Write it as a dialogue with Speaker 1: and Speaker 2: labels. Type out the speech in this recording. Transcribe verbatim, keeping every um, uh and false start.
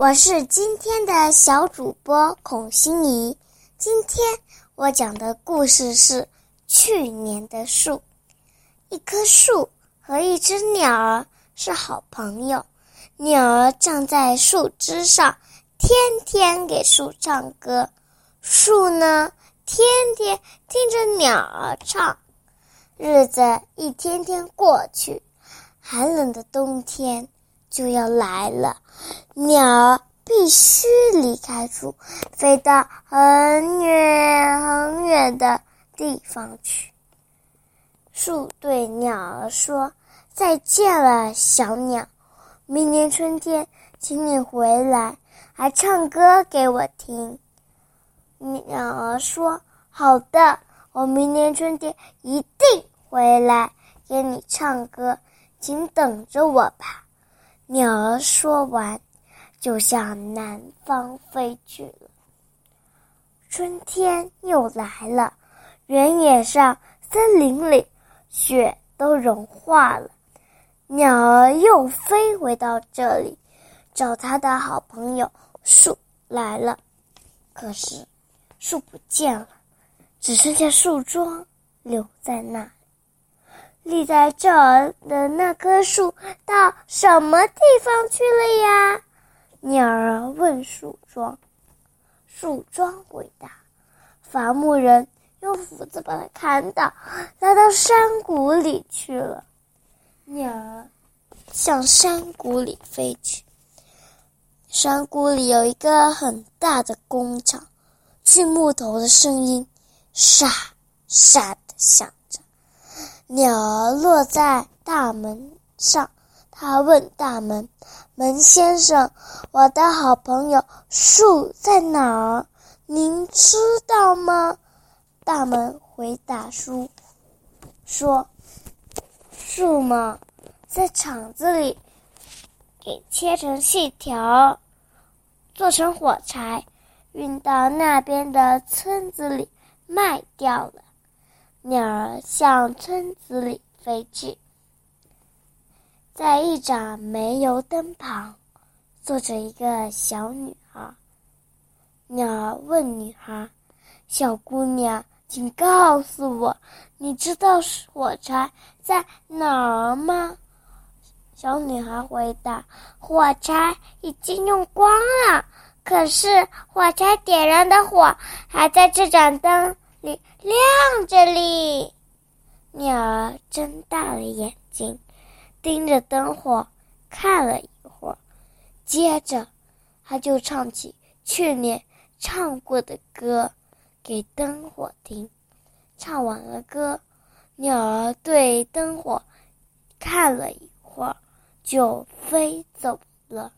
Speaker 1: 我是今天的小主播孔欣怡。今天我讲的故事是去年的树。一棵树和一只鸟儿是好朋友，鸟儿站在树枝上，天天给树唱歌，树呢天天听着鸟儿唱。日子一天天过去，寒冷的冬天就要来了，鸟儿必须离开树，飞到很远很远的地方去。树对鸟儿说：“再见了，小鸟，明年春天请你回来，还唱歌给我听。”鸟儿说：“好的，我明年春天一定回来给你唱歌，请等着我吧。”鸟儿说完，就向南方飞去了。春天又来了，原野上、森林里，雪都融化了。鸟儿又飞回到这里，找它的好朋友树来了。可是，树不见了，只剩下树桩留在那里。立在这儿的那棵树到什么地方去了呀？鸟儿问树桩。树桩回答：伐木人用斧子把它砍倒，拉到山谷里去了。鸟儿向山谷里飞去。山谷里有一个很大的工厂，锯木头的声音沙沙地响着。鸟儿落在大门上，他问大门：“门先生，我的好朋友树在哪儿？您知道吗？”大门回答树说：“树嘛，在厂子里给切成细条，做成火柴，运到那边的村子里卖掉了。”鸟儿向村子里飞去，在一盏煤油灯旁坐着一个小女孩。鸟儿问女孩：“小姑娘，请告诉我，你知道火柴在哪儿吗？”小女孩回答：“火柴已经用光了，可是火柴点燃的火还在这盏灯里亮着哩。”鸟儿睁大了眼睛，盯着灯火看了一会儿，接着他就唱起去年唱过的歌给灯火听。唱完了歌，鸟儿对灯火看了一会儿，就飞走了。